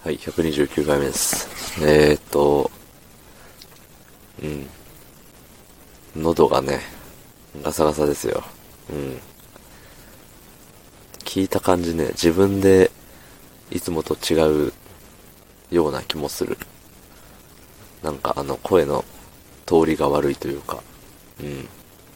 はい、129回目です。うん。喉がね、ガサガサですよ。うん。聞いた感じね、自分でいつもと違うような気もする。なんか声の通りが悪いというか、うん。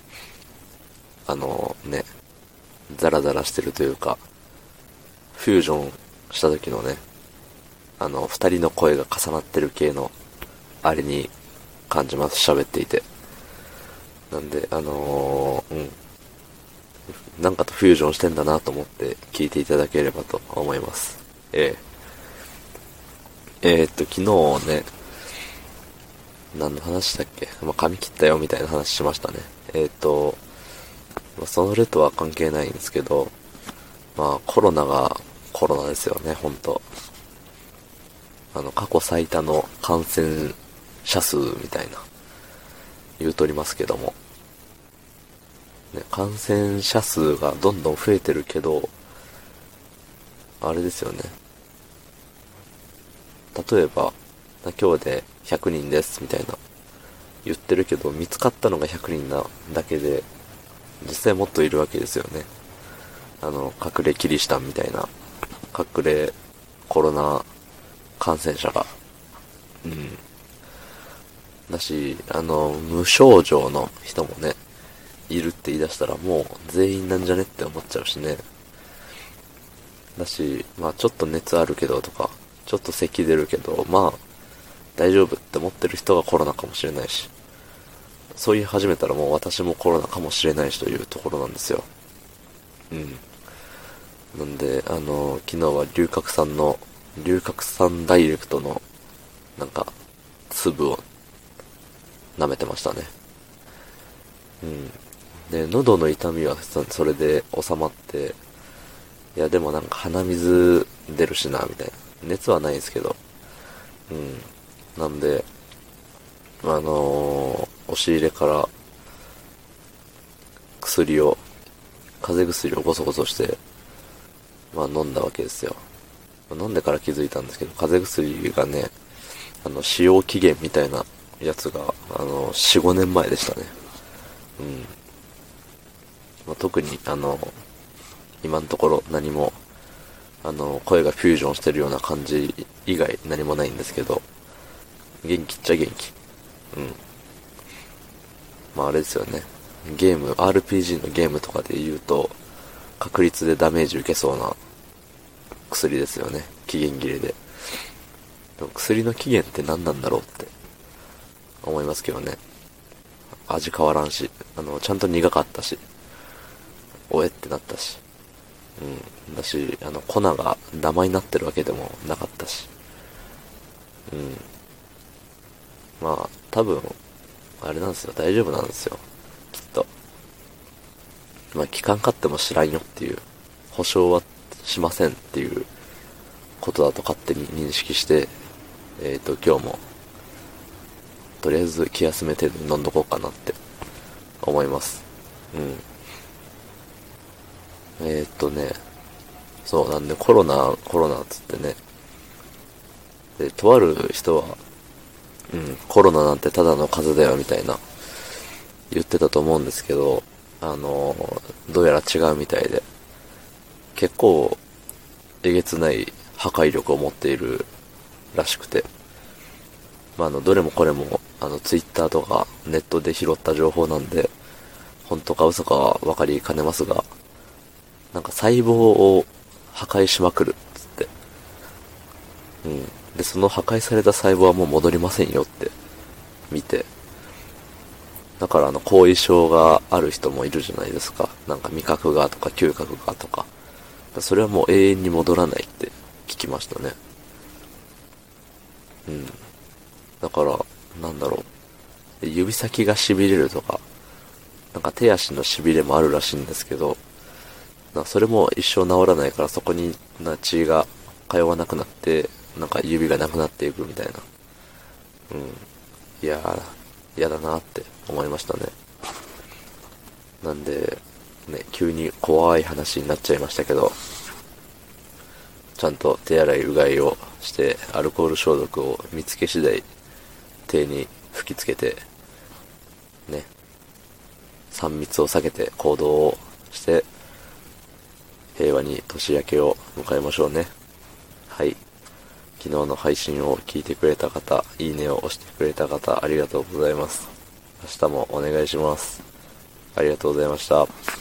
ね、ザラザラしてるというか、フュージョンした時のね、二人の声が重なってる系の、あれに感じます、喋っていて。なんで、なんかとフュージョンしてんだなと思って聞いていただければと思います。昨日ね、何の話だっけ、髪切ったよみたいな話しましたね。それとは関係ないんですけど、コロナがコロナですよね、本当過去最多の感染者数みたいな、言うとりますけども。ね、感染者数がどんどん増えてるけど、あれですよね。例えば、今日で100人ですみたいな言ってるけど、見つかったのが100人なだけで、実際もっといるわけですよね。隠れキリシタンみたいな、隠れコロナ感染者が。うん。だし、無症状の人もね、いるって言い出したらもう全員なんじゃねって思っちゃうしね。だし、ちょっと熱あるけどとか、ちょっと咳出るけど、大丈夫って思ってる人がコロナかもしれないし、そう言い始めたらもう私もコロナかもしれないしというところなんですよ。うん。なんで、昨日は龍角散ダイレクトの、なんか、粒を舐めてましたね。うん。で、喉の痛みはそれで収まって、いやでもなんか鼻水出るしな、みたいな。熱はないんですけど。うん。なんで、押し入れから風邪薬をゴソゴソして、飲んだわけですよ。飲んでから気づいたんですけど、風邪薬がね、使用期限みたいなやつが、4、5年前でしたね。うん。特に、今のところ何も、声がフュージョンしてるような感じ以外何もないんですけど、元気っちゃ元気。うん。あれですよね。RPG のゲームとかで言うと、確率でダメージ受けそうな薬ですよね。期限切れで。でも薬の期限って何なんだろうって思いますけどね。味変わらんし、ちゃんと苦かったし、おえってなったし。うん。だし、粉がダマになってるわけでもなかったし。うん。多分、あれなんですよ。大丈夫なんですよ。きっと。聞かんかっても知らんよっていう、保証はしませんっていうことだと勝手に認識して、今日も、とりあえず気休め程度に飲んどこうかなって思います。うん。ね、そうなんでコロナっつってね、で、とある人は、コロナなんてただの風邪だよみたいな言ってたと思うんですけど、どうやら違うみたいで、結構えげつない破壊力を持っているらしくて、どれもこれも、ツイッターとかネットで拾った情報なんで、本当か嘘かは分かりかねますが、なんか細胞を破壊しまくるっつって、うん。で、その破壊された細胞はもう戻りませんよって見て、だから後遺症がある人もいるじゃないですか。なんか味覚がとか嗅覚がとか。それはもう永遠に戻らないって聞きましたね。うん。だから、なんだろう。指先が痺れるとか、なんか手足の痺れもあるらしいんですけど、それも一生治らないからそこに血が通わなくなって、なんか指がなくなっていくみたいな。うん。いやー、嫌だなって思いましたね。なんで、ね、急に怖い話になっちゃいましたけど、 ちゃんと手洗いうがいをして、アルコール消毒を見つけ次第手に吹きつけてね、3密を避けて行動をして平和に年明けを迎えましょうね。はい、昨日の配信を聞いてくれた方、いいねを押してくれた方、ありがとうございます。明日もお願いします。ありがとうございました。